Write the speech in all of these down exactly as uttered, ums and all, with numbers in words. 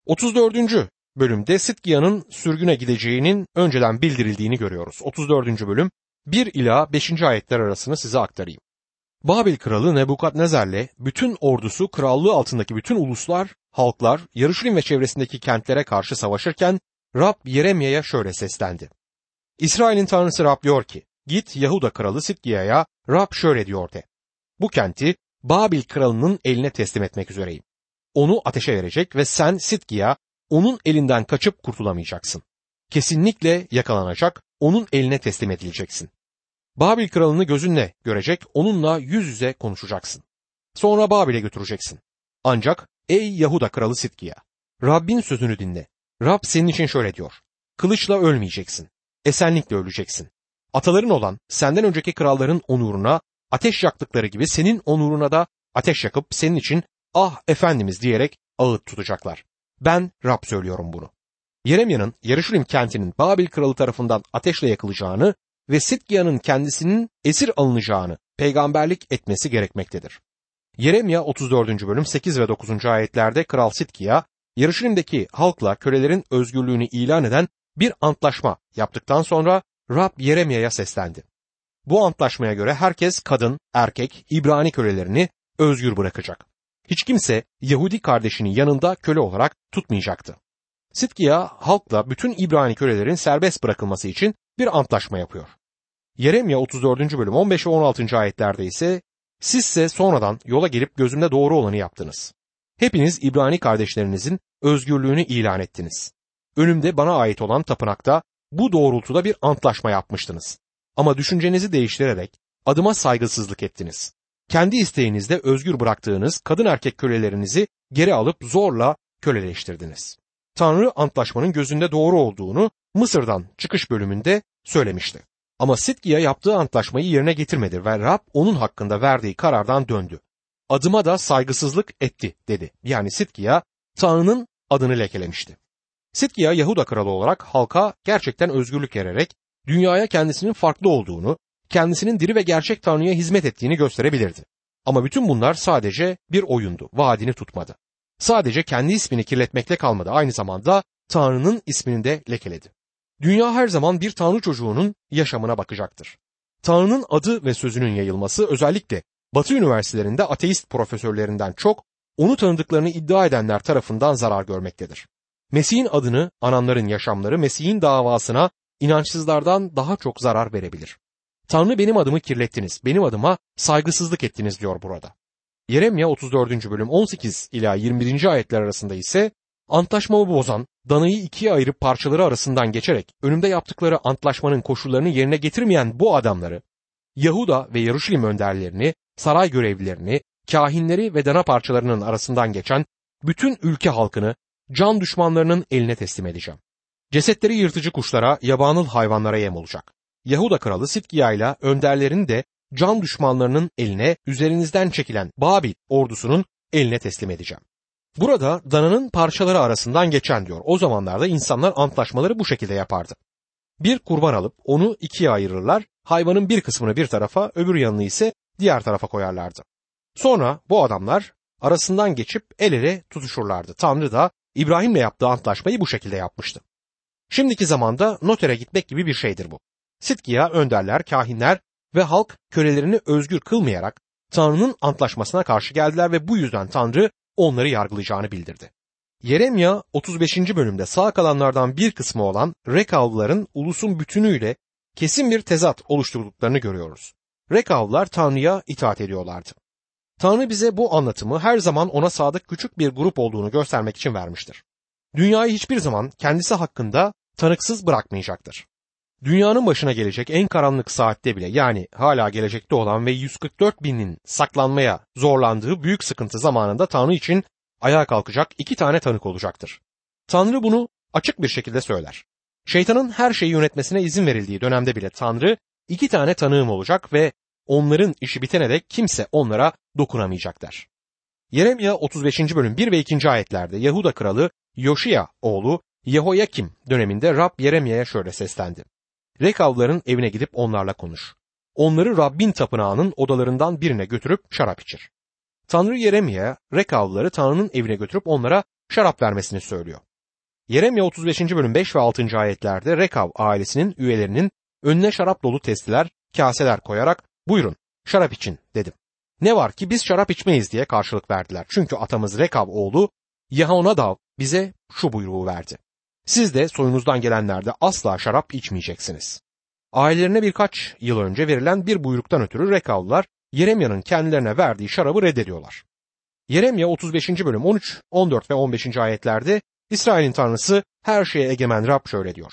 otuz dördüncü bölümde Sidkiya'nın sürgüne gideceğinin önceden bildirildiğini görüyoruz. otuz dördüncü bölüm bir ila beşinci ayetler arasını size aktarayım. Babil kralı Nebukadnezar'le bütün ordusu krallığı altındaki bütün uluslar, halklar, Yarışilim ve çevresindeki kentlere karşı savaşırken Rab Yeremya'ya şöyle seslendi. İsrail'in tanrısı Rab diyor ki, git Yahuda kralı Sidkiya'ya Rab şöyle diyor de. Bu kenti Babil kralının eline teslim etmek üzereyim. Onu ateşe verecek ve sen Sidkiya onun elinden kaçıp kurtulamayacaksın. Kesinlikle yakalanacak, onun eline teslim edileceksin. Babil kralını gözünle görecek, onunla yüz yüze konuşacaksın. Sonra Babil'e götüreceksin. Ancak ey Yahuda kralı Sidkiya, Rabbin sözünü dinle. Rab senin için şöyle diyor. Kılıçla ölmeyeceksin. Esenlikle öleceksin. Ataların olan senden önceki kralların onuruna ateş yaktıkları gibi senin onuruna da ateş yakıp senin için ah efendimiz diyerek ağıt tutacaklar. Ben Rab söylüyorum bunu. Yeremya'nın Yarışilim kentinin Babil kralı tarafından ateşle yakılacağını ve Sidkiya'nın kendisinin esir alınacağını peygamberlik etmesi gerekmektedir. Yeremya otuz dördüncü bölüm sekiz ve dokuzuncu ayetlerde Kral Sidkiya, Yarışilim'deki halkla kölelerin özgürlüğünü ilan eden bir antlaşma yaptıktan sonra Rab Yeremya'ya seslendi. Bu antlaşmaya göre herkes kadın, erkek, İbrani kölelerini özgür bırakacak. Hiç kimse Yahudi kardeşini yanında köle olarak tutmayacaktı. Sidkiya halkla bütün İbrani kölelerin serbest bırakılması için bir antlaşma yapıyor. Yeremya otuz dördüncü bölüm on beş ve on altıncı ayetlerde ise sizse sonradan yola gelip gözümde doğru olanı yaptınız. Hepiniz İbrani kardeşlerinizin özgürlüğünü ilan ettiniz. Önümde bana ait olan tapınakta bu doğrultuda bir antlaşma yapmıştınız. Ama düşüncenizi değiştirerek adıma saygısızlık ettiniz. Kendi isteğinizde özgür bıraktığınız kadın erkek kölelerinizi geri alıp zorla köleleştirdiniz. Tanrı antlaşmanın gözünde doğru olduğunu Mısır'dan çıkış bölümünde söylemişti. Ama Sidkiya yaptığı antlaşmayı yerine getirmedi ve Rab onun hakkında verdiği karardan döndü. Adıma da saygısızlık etti dedi. Yani Sidkiya Tanrı'nın adını lekelemişti. Sidkiya Yahuda kralı olarak halka gerçekten özgürlük vererek dünyaya kendisinin farklı olduğunu, kendisinin diri ve gerçek Tanrı'ya hizmet ettiğini gösterebilirdi. Ama bütün bunlar sadece bir oyundu, vaadini tutmadı. Sadece kendi ismini kirletmekle kalmadı, aynı zamanda Tanrı'nın ismini de lekeledi. Dünya her zaman bir Tanrı çocuğunun yaşamına bakacaktır. Tanrı'nın adı ve sözünün yayılması özellikle Batı üniversitelerinde ateist profesörlerinden çok onu tanıdıklarını iddia edenler tarafından zarar görmektedir. Mesih'in adını ananların yaşamları Mesih'in davasına inançsızlardan daha çok zarar verebilir. Tanrı benim adımı kirlettiniz, benim adıma saygısızlık ettiniz diyor burada. Yeremya otuz dördüncü bölüm on sekiz ila yirmi birinci ayetler arasında ise antlaşmamı bozan, danayı ikiye ayırıp parçaları arasından geçerek önümde yaptıkları antlaşmanın koşullarını yerine getirmeyen bu adamları, Yahuda ve Yarışilim önderlerini, saray görevlilerini, kahinleri ve dana parçalarının arasından geçen bütün ülke halkını can düşmanlarının eline teslim edeceğim. Cesetleri yırtıcı kuşlara, yabanıl hayvanlara yem olacak. Yahuda kralı Sidkiya ile önderlerini de can düşmanlarının eline, üzerinizden çekilen Babil ordusunun eline teslim edeceğim. Burada dananın parçaları arasından geçen diyor. O zamanlarda insanlar antlaşmaları bu şekilde yapardı. Bir kurban alıp onu ikiye ayırırlar, hayvanın bir kısmını bir tarafa, öbür yanını ise diğer tarafa koyarlardı. Sonra bu adamlar arasından geçip el ele tutuşurlardı. Tanrı da İbrahim'le yaptığı antlaşmayı bu şekilde yapmıştı. Şimdiki zamanda notere gitmek gibi bir şeydir bu. Sidkiya, önderler, kahinler ve halk kölelerini özgür kılmayarak Tanrı'nın antlaşmasına karşı geldiler ve bu yüzden Tanrı onları yargılayacağını bildirdi. Yeremya otuz beşinci bölümde sağ kalanlardan bir kısmı olan Rekavlıların ulusun bütünüyle kesin bir tezat oluşturduklarını görüyoruz. Rekavlılar Tanrı'ya itaat ediyorlardı. Tanrı bize bu anlatımı her zaman ona sadık küçük bir grup olduğunu göstermek için vermiştir. Dünyayı hiçbir zaman kendisi hakkında tanıksız bırakmayacaktır. Dünyanın başına gelecek en karanlık saatte bile, yani hala gelecekte olan ve yüz kırk dört binin saklanmaya zorlandığı büyük sıkıntı zamanında Tanrı için ayağa kalkacak iki tane tanık olacaktır. Tanrı bunu açık bir şekilde söyler. Şeytanın her şeyi yönetmesine izin verildiği dönemde bile Tanrı iki tane tanığım olacak ve onların işi bitene dek kimse onlara dokunamayacak der. Yeremya otuz beşinci bölüm bir ve ikinci ayetlerde Yahuda kralı Yoşiya oğlu Yehoyakim döneminde Rab Yeremya'ya şöyle seslendi. Rekavların evine gidip onlarla konuş. Onları Rabbin tapınağının odalarından birine götürüp şarap içir. Tanrı Yeremya'ya Rekavları Tanrı'nın evine götürüp onlara şarap vermesini söylüyor. Yeremya otuz beşinci bölüm beş ve altıncı ayetlerde Rekav ailesinin üyelerinin önüne şarap dolu testiler, kaseler koyarak buyurun şarap için dedim. Ne var ki biz şarap içmeyiz diye karşılık verdiler. Çünkü atamız Rekav oğlu Yehonadav bize şu buyruğu verdi. Siz de soyunuzdan gelenlerde asla şarap içmeyeceksiniz. Ailelerine birkaç yıl önce verilen bir buyruktan ötürü Rekavlılar Yeremya'nın kendilerine verdiği şarabı reddediyorlar. Yeremya otuz beşinci bölüm on üç, on dört ve on beşinci ayetlerde İsrail'in Tanrısı her şeye egemen Rab şöyle diyor.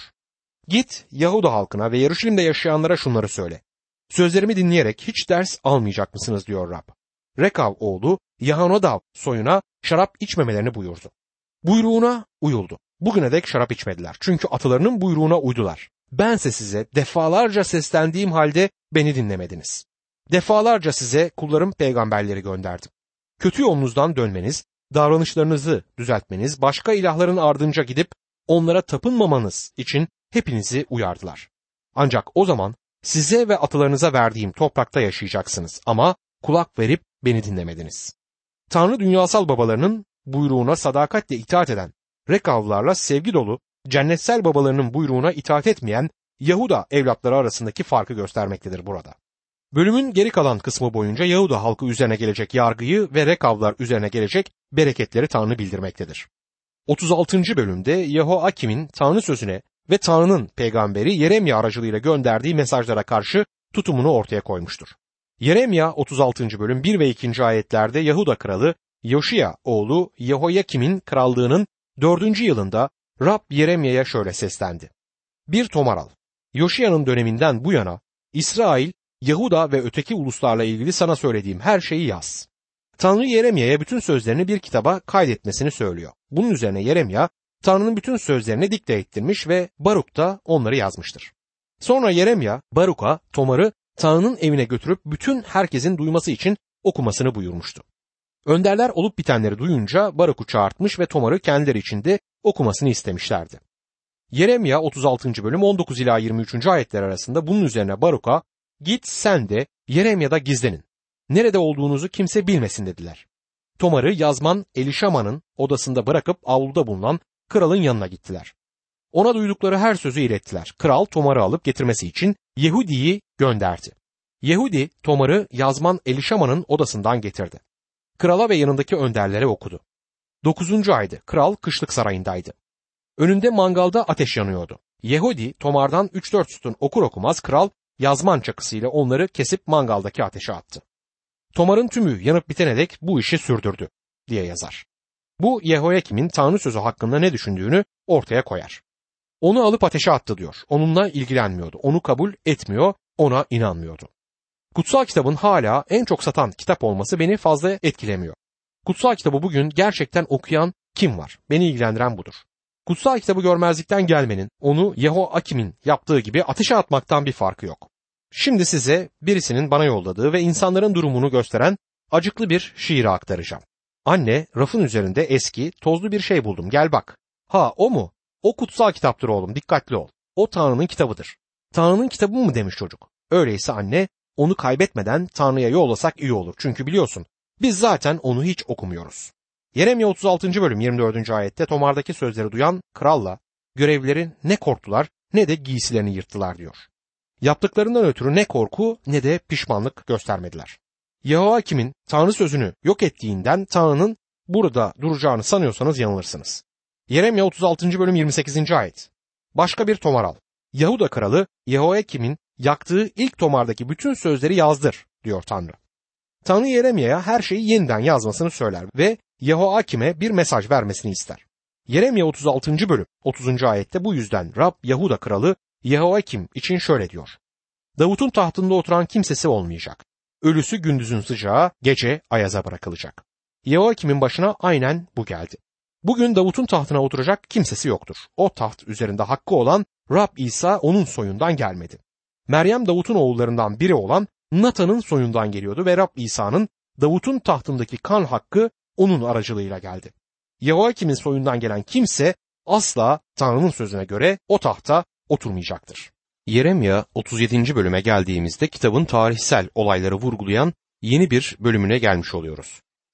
Git Yahuda halkına ve Yeruşalim'de yaşayanlara şunları söyle. Sözlerimi dinleyerek hiç ders almayacak mısınız diyor Rab. Rekav oğlu Yehonadav soyuna şarap içmemelerini buyurdu. Buyruğuna uyuldu. Bugüne dek şarap içmediler. Çünkü atalarının buyruğuna uydular. Bense size defalarca seslendiğim halde beni dinlemediniz. Defalarca size kullarım peygamberleri gönderdim. Kötü yolunuzdan dönmeniz, davranışlarınızı düzeltmeniz, başka ilahların ardınca gidip onlara tapınmamanız için hepinizi uyardılar. Ancak o zaman size ve atalarınıza verdiğim toprakta yaşayacaksınız ama kulak verip beni dinlemediniz. Tanrı dünyasal babalarının buyruğuna sadakatle itaat eden Rekavlarla sevgi dolu cennetsel babalarının buyruğuna itaat etmeyen Yahuda evlatları arasındaki farkı göstermektedir burada. Bölümün geri kalan kısmı boyunca Yahuda halkı üzerine gelecek yargıyı ve Rekavlar üzerine gelecek bereketleri Tanrı bildirmektedir. otuz altıncı bölümde Yehoakim'in Tanrı sözüne ve Tanrı'nın peygamberi Yeremya aracılığıyla gönderdiği mesajlara karşı tutumunu ortaya koymuştur. Yeremya otuz altıncı bölüm bir ve ikinci ayetlerde Yahuda kralı Yoşiya oğlu Yehoyakim'in krallığının dördüncü yılında Rab Yeremya'ya şöyle seslendi. Bir tomar al. Yoşiya'nın döneminden bu yana İsrail, Yahuda ve öteki uluslarla ilgili sana söylediğim her şeyi yaz. Tanrı Yeremya'ya bütün sözlerini bir kitaba kaydetmesini söylüyor. Bunun üzerine Yeremya, Tanrı'nın bütün sözlerini dikte ettirmiş ve Baruk da onları yazmıştır. Sonra Yeremya, Baruk'a tomarı Tanrı'nın evine götürüp bütün herkesin duyması için okumasını buyurmuştu. Önderler olup bitenleri duyunca Baruk'u çağırtmış ve tomarı kendileri içinde okumasını istemişlerdi. Yeremya otuz altıncı bölüm on dokuz ila yirmi üçüncü ayetler arasında bunun üzerine Baruk'a git sen de Yeremya'da gizlenin. Nerede olduğunuzu kimse bilmesin dediler. Tomarı yazman Elişama'nın odasında bırakıp avluda bulunan kralın yanına gittiler. Ona duydukları her sözü ilettiler. Kral Tomar'ı alıp getirmesi için Yehudi'yi gönderdi. Yehudi Tomar'ı yazman Elişama'nın odasından getirdi. Krala ve yanındaki önderlere okudu. Dokuzuncu aydı. Kral kışlık sarayındaydı. Önünde mangalda ateş yanıyordu. Yehudi Tomar'dan üç dört sütun okur okumaz kral yazman çakısıyla onları kesip mangaldaki ateşe attı. Tomar'ın tümü yanıp bitene dek bu işi sürdürdü diye yazar. Bu Yehoyakim'in Tanrı sözü hakkında ne düşündüğünü ortaya koyar. Onu alıp ateşe attı diyor. Onunla ilgilenmiyordu. Onu kabul etmiyor, ona inanmıyordu. Kutsal kitabın hala en çok satan kitap olması beni fazla etkilemiyor. Kutsal kitabı bugün gerçekten okuyan kim var? Beni ilgilendiren budur. Kutsal kitabı görmezlikten gelmenin onu Yehoakim'in yaptığı gibi ateşe atmaktan bir farkı yok. Şimdi size birisinin bana yolladığı ve insanların durumunu gösteren acıklı bir şiiri aktaracağım. Anne, rafın üzerinde eski, tozlu bir şey buldum, gel bak. Ha, o mu? O kutsal kitaptır oğlum, dikkatli ol. O Tanrı'nın kitabıdır. Tanrı'nın kitabı mı demiş çocuk. Öyleyse anne, onu kaybetmeden Tanrı'ya yollasak iyi olur. Çünkü biliyorsun, biz zaten onu hiç okumuyoruz. Yeremya otuz altıncı bölüm yirmi dördüncü ayette Tomar'daki sözleri duyan kralla görevlileri ne korktular ne de giysilerini yırttılar diyor. Yaptıklarından ötürü ne korku ne de pişmanlık göstermediler. Yehoakim'in Tanrı sözünü yok ettiğinden Tanrı'nın burada duracağını sanıyorsanız yanılırsınız. Yeremya otuz altıncı bölüm yirmi sekizinci ayet. Başka bir tomar al. Yahuda kralı Yehoakim'in yaktığı ilk tomardaki bütün sözleri yazdır diyor Tanrı. Tanrı Yeremya'ya her şeyi yeniden yazmasını söyler ve Yehoakim'e bir mesaj vermesini ister. Yeremya otuz altıncı bölüm otuzuncu ayette bu yüzden Rab Yahuda kralı Yehoakim için şöyle diyor. Davut'un tahtında oturan kimsesi olmayacak. Ölüsü gündüzün sıcağı, gece ayaza bırakılacak. Yehoakim'in başına aynen bu geldi. Bugün Davut'un tahtına oturacak kimsesi yoktur. O taht üzerinde hakkı olan Rab İsa onun soyundan gelmedi. Meryem Davut'un oğullarından biri olan Natan'ın soyundan geliyordu ve Rab İsa'nın Davut'un tahtındaki kan hakkı onun aracılığıyla geldi. Yehoakim'in soyundan gelen kimse asla Tanrı'nın sözüne göre o tahta oturmayacaktır. Yeremya otuz yedinci bölüme geldiğimizde kitabın tarihsel olayları vurgulayan yeni bir bölümüne gelmiş oluyoruz.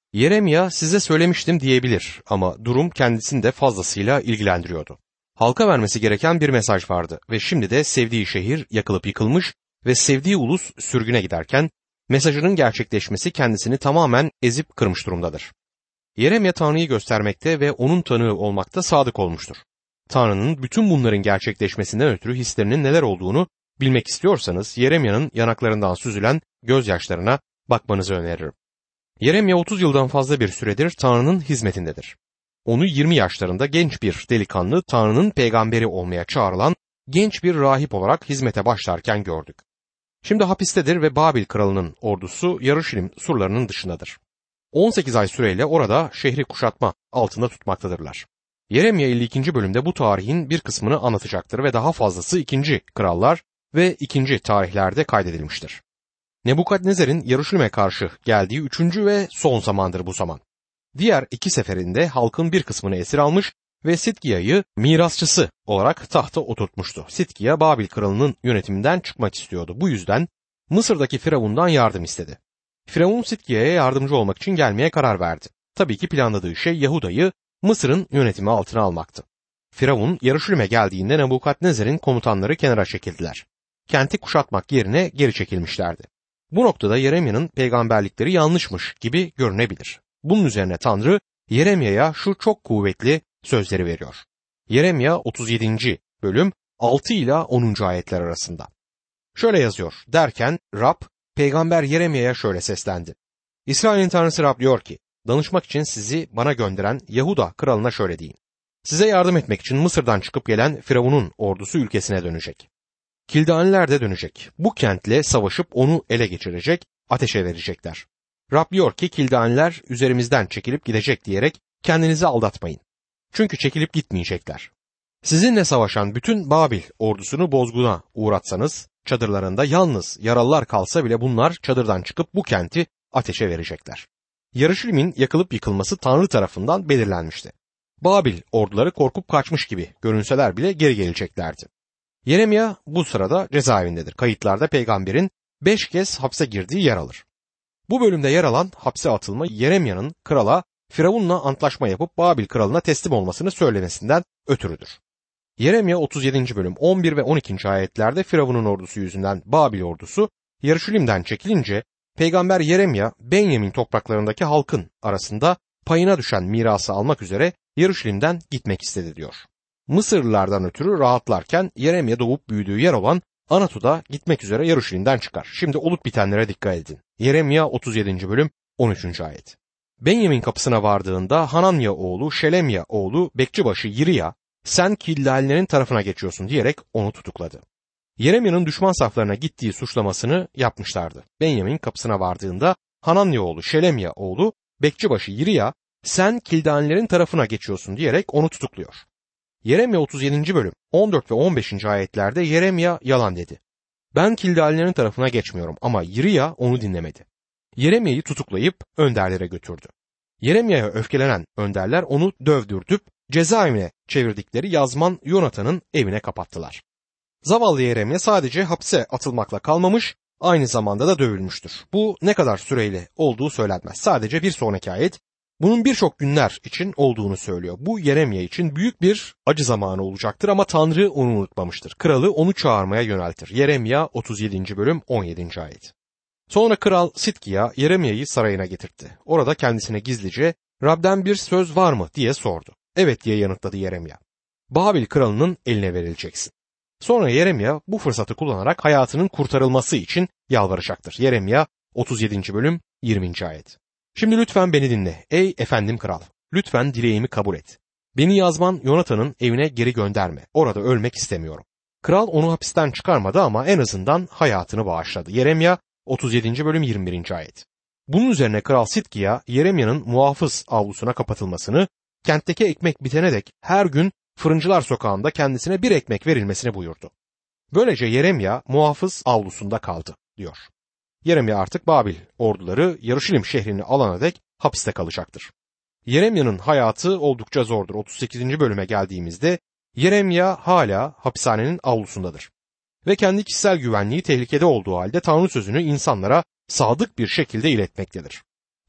Yeremya size söylemiştim diyebilir ama durum kendisini de fazlasıyla ilgilendiriyordu. Halka vermesi gereken bir mesaj vardı ve şimdi de sevdiği şehir yakılıp yıkılmış ve sevdiği ulus sürgüne giderken mesajının gerçekleşmesi kendisini tamamen ezip kırmış durumdadır. Yeremya Tanrı'yı göstermekte ve onun tanığı olmakta sadık olmuştur. Tanrı'nın bütün bunların gerçekleşmesinden ötürü hislerinin neler olduğunu bilmek istiyorsanız Yeremya'nın yanaklarından süzülen gözyaşlarına bakmanızı öneririm. Yeremya otuz yıldan fazla bir süredir Tanrı'nın hizmetindedir. Onu yirmi yaşlarında genç bir delikanlı Tanrı'nın peygamberi olmaya çağrılan genç bir rahip olarak hizmete başlarken gördük. Şimdi hapistedir ve Babil kralının ordusu Yarışilim surlarının dışındadır. on sekiz ay süreyle orada şehri kuşatma altında tutmaktadırlar. Yeremya elli ikinci bölümde bu tarihin bir kısmını anlatacaktır ve daha fazlası ikinci krallar ve ikinci tarihlerde kaydedilmiştir. Nebukadnezar'ın Yarışilim'e karşı geldiği üçüncü ve son zamandır bu zaman. Diğer iki seferinde halkın bir kısmını esir almış ve Sitkiya'yı mirasçısı olarak tahta oturtmuştu. Sitkiya Babil kralının yönetiminden çıkmak istiyordu. Bu yüzden Mısır'daki Firavun'dan yardım istedi. Firavun Sitkiya'ya yardımcı olmak için gelmeye karar verdi. Tabii ki planladığı şey Yahuda'yı Mısır'ın yönetimi altına almaktı. Firavun Yarışilim'e geldiğinde Nebukadnezar'ın komutanları kenara çekildiler. Kenti kuşatmak yerine geri çekilmişlerdi. Bu noktada Yeremya'nın peygamberlikleri yanlışmış gibi görünebilir. Bunun üzerine Tanrı Yeremya'ya şu çok kuvvetli sözleri veriyor. Yeremya otuz yedinci bölüm altı ila onuncu ayetler arasında. Şöyle yazıyor: derken Rab peygamber Yeremya'ya şöyle seslendi. İsrail'in Tanrısı Rab diyor ki, danışmak için sizi bana gönderen Yahuda kralına şöyle deyin. Size yardım etmek için Mısır'dan çıkıp gelen Firavun'un ordusu ülkesine dönecek. Kildaniler de dönecek. Bu kentle savaşıp onu ele geçirecek, ateşe verecekler. Rab diyor ki Kildaniler üzerimizden çekilip gidecek diyerek kendinizi aldatmayın. Çünkü çekilip gitmeyecekler. Sizinle savaşan bütün Babil ordusunu bozguna uğratsanız, çadırlarında yalnız yaralılar kalsa bile bunlar çadırdan çıkıp bu kenti ateşe verecekler. Yarışilim'in yakılıp yıkılması Tanrı tarafından belirlenmişti. Babil orduları korkup kaçmış gibi görünseler bile geri geleceklerdi. Yeremya bu sırada cezaevindedir. Kayıtlarda peygamberin beş kez hapse girdiği yer alır. Bu bölümde yer alan hapse atılma Yeremya'nın krala Firavun'la antlaşma yapıp Babil kralına teslim olmasını söylemesinden ötürüdür. Yeremya otuz yedinci bölüm on bir ve on ikinci ayetlerde Firavun'un ordusu yüzünden Babil ordusu Yarışilim'den çekilince peygamber Yeremya Benyamin topraklarındaki halkın arasında payına düşen mirası almak üzere Yarışilim'den gitmek istedi diyor. Mısırlılardan ötürü rahatlarken Yeremya doğup büyüdüğü yer olan Anatot'a gitmek üzere Yarışilim'den çıkar. Şimdi olup bitenlere dikkat edin. Yeremya otuz yedinci bölüm on üçüncü ayet. Benyamin kapısına vardığında Hananya oğlu Şelemya oğlu bekçibaşı Yiriya sen Kildanilerin tarafına geçiyorsun diyerek onu tutukladı. Yeremya'nın düşman saflarına gittiği suçlamasını yapmışlardı. Benyamin kapısına vardığında Hananya oğlu Şelemya oğlu bekçibaşı Yiriya sen Kildanilerin tarafına geçiyorsun diyerek onu tutukluyor. Yeremya otuz yedinci bölüm on dört ve on beşinci ayetlerde Yeremya yalan dedi. Ben Kildanilerin tarafına geçmiyorum ama Yiriya onu dinlemedi. Yeremya'yı tutuklayıp önderlere götürdü. Yeremya'ya öfkelenen önderler onu dövdürtüp cezaevine çevirdikleri yazman Yonatan'ın evine kapattılar. Zavallı Yeremya sadece hapse atılmakla kalmamış, aynı zamanda da dövülmüştür. Bu ne kadar süreyle olduğu söylenmez. Sadece bir sonraki ayet bunun birçok günler için olduğunu söylüyor. Bu Yeremya için büyük bir acı zamanı olacaktır ama Tanrı onu unutmamıştır. Kralı onu çağırmaya yöneltir. Yeremya otuz yedinci bölüm on yedinci ayet. Sonra kral Sitkiya Yeremya'yı sarayına getirtti. Orada kendisine gizlice Rab'den bir söz var mı diye sordu. Evet diye yanıtladı Yeremya. Babil kralının eline verileceksin. Sonra Yeremya bu fırsatı kullanarak hayatının kurtarılması için yalvaracaktır. Yeremya otuz yedinci bölüm yirminci ayet. Şimdi lütfen beni dinle ey efendim kral. Lütfen dileğimi kabul et. Beni yazman Yonatan'ın evine geri gönderme. Orada ölmek istemiyorum. Kral onu hapisten çıkarmadı ama en azından hayatını bağışladı. Yeremya otuz yedinci bölüm yirmi birinci ayet. Bunun üzerine Kral Sitkiya Yeremya'nın muhafız avlusuna kapatılmasını, kentteki ekmek bitene dek her gün Fırıncılar Sokağı'nda kendisine bir ekmek verilmesini buyurdu. Böylece Yeremya muhafız avlusunda kaldı diyor. Yeremya artık Babil orduları Yarışilim şehrini alana dek hapiste kalacaktır. Yeremya'nın hayatı oldukça zordur. otuz sekizinci bölüme geldiğimizde Yeremya hala hapishanenin avlusundadır. Ve kendi kişisel güvenliği tehlikede olduğu halde Tanrı sözünü insanlara sadık bir şekilde iletmektedir.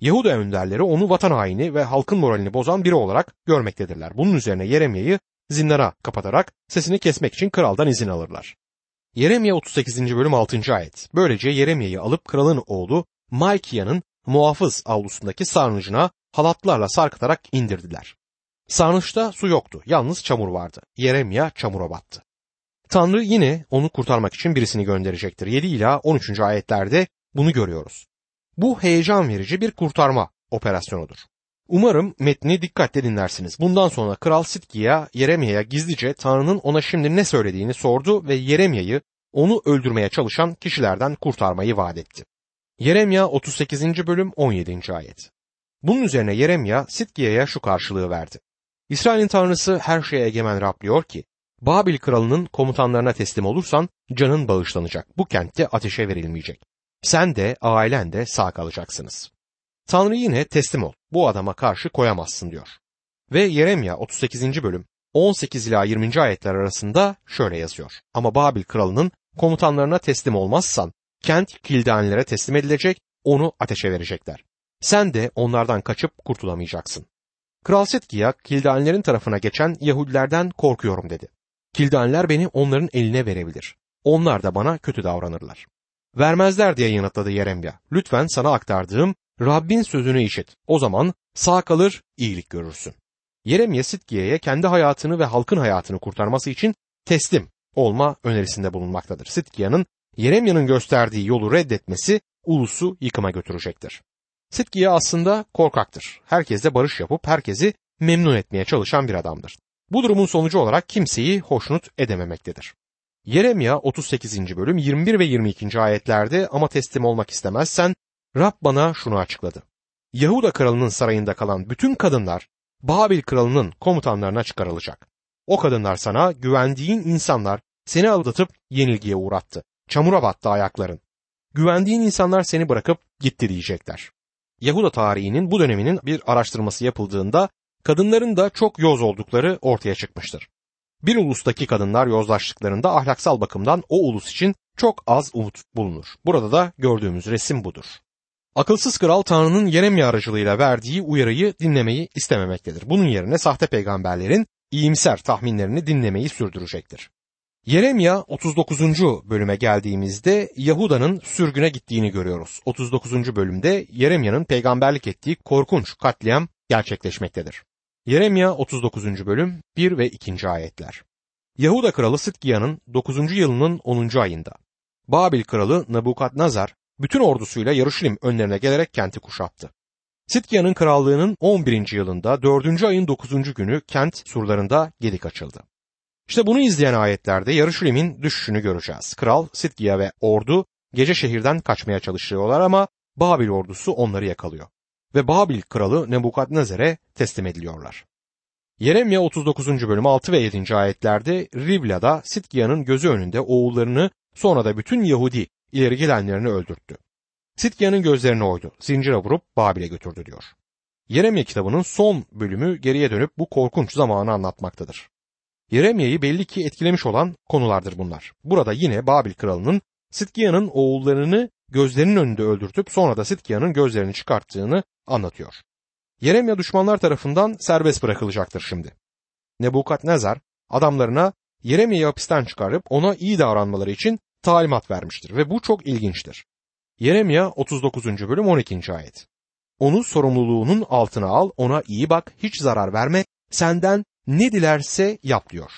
Yahuda önderleri onu vatan haini ve halkın moralini bozan biri olarak görmektedirler. Bunun üzerine Yeremya'yı zindana kapatarak sesini kesmek için kraldan izin alırlar. Yeremya otuz sekizinci bölüm altıncı ayet. Böylece Yeremya'yı alıp kralın oğlu Malkiya'nın muhafız avlusundaki sarnıcına halatlarla sarkıtarak indirdiler. Sarnıçta su yoktu, yalnız çamur vardı. Yeremya çamura battı. Tanrı yine onu kurtarmak için birisini gönderecektir. yedi ila on üçüncü ayetlerde bunu görüyoruz. Bu heyecan verici bir kurtarma operasyonudur. Umarım metni dikkatle dinlersiniz. Bundan sonra Kral Sidkiya Yeremya'ya gizlice Tanrı'nın ona şimdi ne söylediğini sordu ve Yeremya'yı onu öldürmeye çalışan kişilerden kurtarmayı vaat etti. Yeremya otuz sekizinci bölüm on yedinci ayet. Bunun üzerine Yeremya Sidkiya'ya şu karşılığı verdi. İsrail'in Tanrısı her şeye egemen Rab diyor ki, Babil kralının komutanlarına teslim olursan canın bağışlanacak. Bu kentte ateşe verilmeyecek. Sen de ailen de sağ kalacaksınız. Tanrı yine teslim ol. Bu adama karşı koyamazsın diyor. Ve Yeremya otuz sekizinci bölüm on sekiz ila yirminci ayetler arasında şöyle yazıyor. Ama Babil kralının komutanlarına teslim olmazsan kent Kildanilere teslim edilecek, onu ateşe verecekler. Sen de onlardan kaçıp kurtulamayacaksın. Kral Sidkiya Kildanilerin tarafına geçen Yahudilerden korkuyorum dedi. Kildaniler beni onların eline verebilir. Onlar da bana kötü davranırlar. Vermezler diye yanıtladı Yeremya. Lütfen sana aktardığım Rabbin sözünü işit. O zaman sağ kalır, iyilik görürsün. Yeremya Sidkiya'ya kendi hayatını ve halkın hayatını kurtarması için teslim olma önerisinde bulunmaktadır. Sidkiya'nın Yeremya'nın gösterdiği yolu reddetmesi ulusu yıkıma götürecektir. Sidkiya aslında korkaktır. Herkesle barış yapıp herkesi memnun etmeye çalışan bir adamdır. Bu durumun sonucu olarak kimseyi hoşnut edememektedir. Yeremya otuz sekizinci bölüm yirmi bir ve yirmi ikinci ayetlerde ama teslim olmak istemezsen Rab bana şunu açıkladı. Yahuda kralının sarayında kalan bütün kadınlar Babil kralının komutanlarına çıkarılacak. O kadınlar sana güvendiğin insanlar seni aldatıp yenilgiye uğrattı. Çamura battı ayakların. Güvendiğin insanlar seni bırakıp gitti diyecekler. Yahuda tarihinin bu döneminin bir araştırması yapıldığında kadınların da çok yoz oldukları ortaya çıkmıştır. Bir ulustaki kadınlar yozlaştıklarında ahlaksal bakımdan o ulus için çok az umut bulunur. Burada da gördüğümüz resim budur. Akılsız kral Tanrı'nın Yeremya aracılığıyla verdiği uyarıyı dinlemeyi istememektedir. Bunun yerine sahte peygamberlerin iyimser tahminlerini dinlemeyi sürdürecektir. Yeremya otuz dokuzuncu bölüme geldiğimizde Yahuda'nın sürgüne gittiğini görüyoruz. otuz dokuzuncu bölümde Yeremya'nın peygamberlik ettiği korkunç katliam gerçekleşmektedir. Yeremya otuz dokuzuncu bölüm bir ve ikinci ayetler. Yahuda kralı Sidkiya'nın dokuzuncu yılının onuncu ayında Babil kralı Nebukadnezar bütün ordusuyla Yaruşilim önlerine gelerek kenti kuşattı. Sidkiya'nın krallığının on birinci yılında dördüncü ayın dokuzuncu günü kent surlarında gedik açıldı. İşte bunu izleyen ayetlerde Yaruşilim'in düşüşünü göreceğiz. Kral Sidkiya ve ordu gece şehirden kaçmaya çalışıyorlar ama Babil ordusu onları yakalıyor. Ve Babil kralı Nebukadnezar'e teslim ediliyorlar. Yeremya otuz dokuzuncu bölüm altı ve yedinci ayetlerde Ribla'da Sidkiya'nın gözü önünde oğullarını sonra da bütün Yahudi ileri gelenlerini öldürttü. Sidkiya'nın gözlerini oydu, zincire vurup Babil'e götürdü diyor. Yeremya kitabının son bölümü geriye dönüp bu korkunç zamanı anlatmaktadır. Yeremya'yı belli ki etkilemiş olan konulardır bunlar. Burada yine Babil kralının Sidkiya'nın oğullarını gözlerinin önünde öldürtüp sonra da Sidkiya'nın gözlerini çıkarttığını anlatıyor. Yeremya düşmanlar tarafından serbest bırakılacaktır şimdi. Nebukadnezar adamlarına Yeremya'yı hapisten çıkarıp ona iyi davranmaları için talimat vermiştir ve bu çok ilginçtir. Yeremya otuz dokuzuncu bölüm on ikinci ayet. Onu sorumluluğunun altına al, ona iyi bak, hiç zarar verme, senden ne dilerse yap diyor.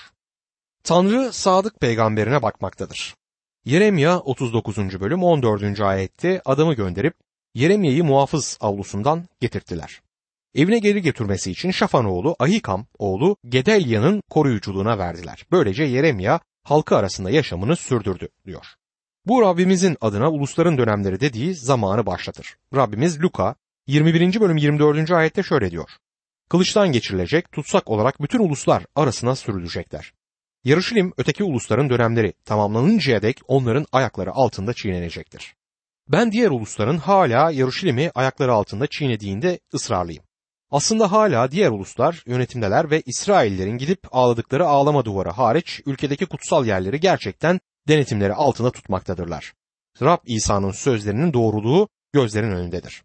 Tanrı sadık peygamberine bakmaktadır. Yeremya otuz dokuzuncu bölüm on dördüncü ayette adamı gönderip Yeremya'yı muhafız avlusundan getirttiler. Evine geri götürmesi için Şafan oğlu Ahikam oğlu Gedelya'nın koruyuculuğuna verdiler. Böylece Yeremya halkı arasında yaşamını sürdürdü diyor. Bu Rabbimizin adına ulusların dönemleri dediği zamanı başlatır. Rabbimiz Luka yirmi birinci bölüm yirmi dördüncü ayette şöyle diyor. Kılıçtan geçirilecek, tutsak olarak bütün uluslar arasına sürülecekler. Yarışilim öteki ulusların dönemleri tamamlanıncaya dek onların ayakları altında çiğnenecektir. Ben diğer ulusların hala Yarışilim'i ayakları altında çiğnediğinde ısrarlıyım. Aslında hala diğer uluslar yönetimdeler ve İsraillerin gidip ağladıkları ağlama duvarı hariç ülkedeki kutsal yerleri gerçekten denetimleri altında tutmaktadırlar. Rab İsa'nın sözlerinin doğruluğu gözlerin önündedir.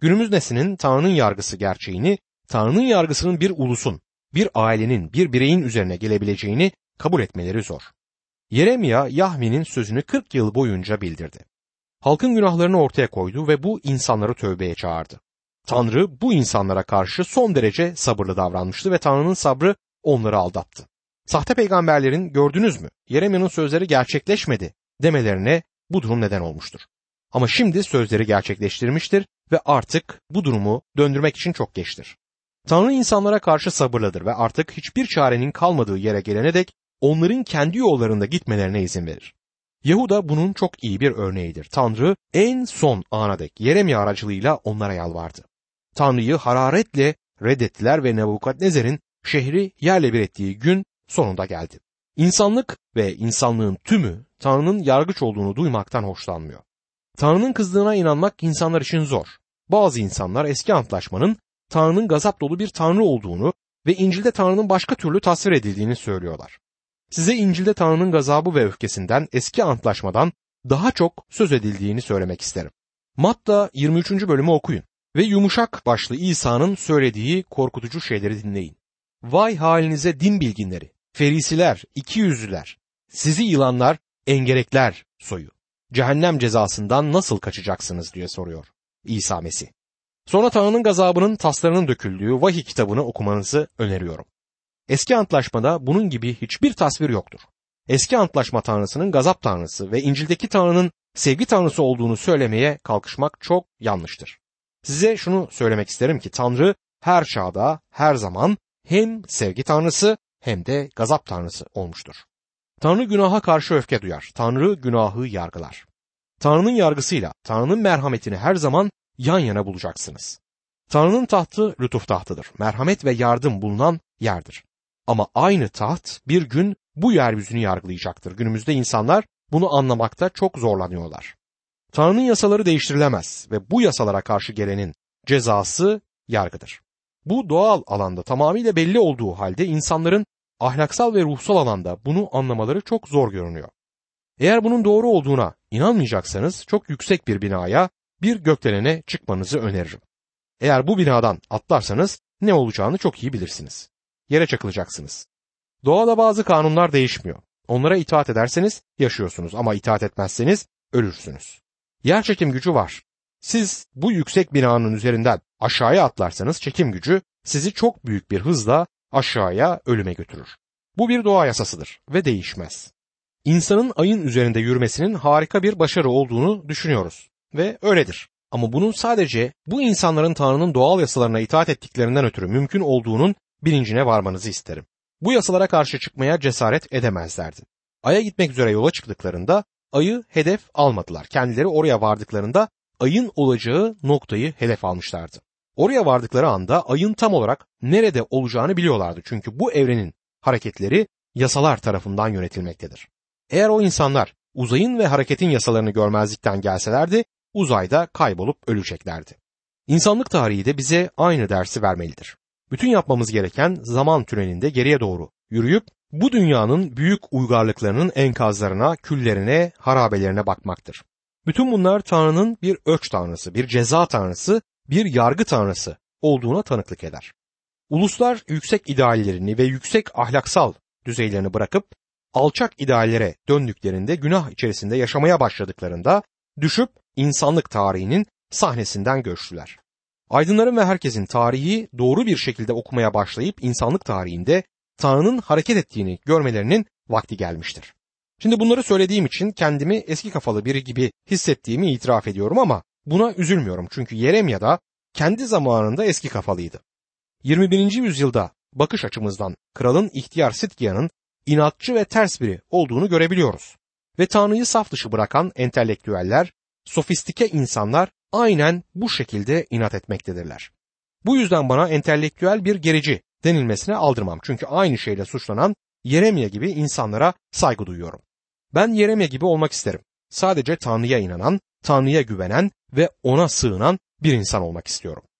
Günümüz neslinin Tanrı'nın yargısı gerçeğini, Tanrı'nın yargısının bir ulusun, bir ailenin, bir bireyin üzerine gelebileceğini kabul etmeleri zor. Yeremya, Yahve'nin sözünü kırk yıl boyunca bildirdi. Halkın günahlarını ortaya koydu ve bu insanları tövbeye çağırdı. Tanrı bu insanlara karşı son derece sabırlı davranmıştı ve Tanrı'nın sabrı onları aldattı. Sahte peygamberlerin gördünüz mü Yeremya'nın sözleri gerçekleşmedi demelerine bu durum neden olmuştur. Ama şimdi sözleri gerçekleştirmiştir ve artık bu durumu döndürmek için çok geçtir. Tanrı insanlara karşı sabırlıdır ve artık hiçbir çarenin kalmadığı yere gelene dek onların kendi yollarında gitmelerine izin verir. Yahuda bunun çok iyi bir örneğidir. Tanrı en son ana dek Yeremya aracılığıyla onlara yalvardı. Tanrı'yı hararetle reddettiler ve Nebukadnezar'ın şehri yerle bir ettiği gün sonunda geldi. İnsanlık ve insanlığın tümü Tanrı'nın yargıç olduğunu duymaktan hoşlanmıyor. Tanrı'nın kızdığına inanmak insanlar için zor. Bazı insanlar eski antlaşmanın Tanrı'nın gazap dolu bir Tanrı olduğunu ve İncil'de Tanrı'nın başka türlü tasvir edildiğini söylüyorlar. Size İncil'de Tanrı'nın gazabı ve öfkesinden eski antlaşmadan daha çok söz edildiğini söylemek isterim. Matta yirmi üçüncü bölümü okuyun ve yumuşak başlı İsa'nın söylediği korkutucu şeyleri dinleyin. Vay halinize din bilginleri, ferisiler, ikiyüzlüler, sizi yılanlar, engerekler soyu. Cehennem cezasından nasıl kaçacaksınız diye soruyor İsa Mesih. Sonra Tanrı'nın gazabının taslarının döküldüğü Vahiy kitabını okumanızı öneriyorum. Eski antlaşmada bunun gibi hiçbir tasvir yoktur. Eski antlaşma Tanrısının gazap Tanrısı ve İncil'deki Tanrı'nın sevgi Tanrısı olduğunu söylemeye kalkışmak çok yanlıştır. Size şunu söylemek isterim ki Tanrı her çağda, her zaman hem sevgi Tanrısı hem de gazap Tanrısı olmuştur. Tanrı günaha karşı öfke duyar. Tanrı günahı yargılar. Tanrı'nın yargısıyla Tanrı'nın merhametini her zaman yan yana bulacaksınız. Tanrı'nın tahtı lütuf tahtıdır. Merhamet ve yardım bulunan yerdir. Ama aynı taht bir gün bu yeryüzünü yargılayacaktır. Günümüzde insanlar bunu anlamakta çok zorlanıyorlar. Tanrı'nın yasaları değiştirilemez ve bu yasalara karşı gelenin cezası yargıdır. Bu doğal alanda tamamıyla belli olduğu halde insanların ahlaksal ve ruhsal alanda bunu anlamaları çok zor görünüyor. Eğer bunun doğru olduğuna inanmayacaksanız çok yüksek bir binaya, bir gökdelene çıkmanızı öneririm. Eğer bu binadan atlarsanız ne olacağını çok iyi bilirsiniz. Yere çakılacaksınız. Doğada bazı kanunlar değişmiyor. Onlara itaat ederseniz yaşıyorsunuz ama itaat etmezseniz ölürsünüz. Yerçekim gücü var. Siz bu yüksek binanın üzerinden aşağıya atlarsanız çekim gücü sizi çok büyük bir hızla aşağıya ölüme götürür. Bu bir doğa yasasıdır ve değişmez. İnsanın ayın üzerinde yürümesinin harika bir başarı olduğunu düşünüyoruz ve öyledir. Ama bunun sadece bu insanların Tanrı'nın doğal yasalarına itaat ettiklerinden ötürü mümkün olduğunun bilincine varmanızı isterim. Bu yasalara karşı çıkmaya cesaret edemezlerdi. Ay'a gitmek üzere yola çıktıklarında ayı hedef almadılar. Kendileri oraya vardıklarında ayın olacağı noktayı hedef almışlardı. Oraya vardıkları anda ayın tam olarak nerede olacağını biliyorlardı. Çünkü bu evrenin hareketleri yasalar tarafından yönetilmektedir. Eğer o insanlar uzayın ve hareketin yasalarını görmezlikten gelselerdi, uzayda kaybolup öleceklerdi. İnsanlık tarihi de bize aynı dersi vermelidir. Bütün yapmamız gereken zaman tünelinde geriye doğru yürüyüp bu dünyanın büyük uygarlıklarının enkazlarına, küllerine, harabelerine bakmaktır. Bütün bunlar Tanrı'nın bir ölç tanrısı, bir ceza tanrısı, bir yargı tanrısı olduğuna tanıklık eder. Uluslar yüksek ideallerini ve yüksek ahlaksal düzeylerini bırakıp alçak ideallere döndüklerinde, günah içerisinde yaşamaya başladıklarında düşüp insanlık tarihinin sahnesinden göçtüler. Aydınların ve herkesin tarihi doğru bir şekilde okumaya başlayıp insanlık tarihinde Tanrı'nın hareket ettiğini görmelerinin vakti gelmiştir. Şimdi bunları söylediğim için kendimi eski kafalı biri gibi hissettiğimi itiraf ediyorum ama buna üzülmüyorum çünkü Yeremya da kendi zamanında eski kafalıydı. yirmi birinci yüzyılda bakış açımızdan kralın ihtiyar Sidkiya'nın inatçı ve ters biri olduğunu görebiliyoruz. Ve Tanrı'yı saf dışı bırakan entelektüeller, sofistike insanlar aynen bu şekilde inat etmektedirler. Bu yüzden bana entelektüel bir gerici denilmesine aldırmam. Çünkü aynı şeyle suçlanan Yeremya gibi insanlara saygı duyuyorum. Ben Yeremya gibi olmak isterim. Sadece Tanrı'ya inanan, Tanrı'ya güvenen ve ona sığınan bir insan olmak istiyorum.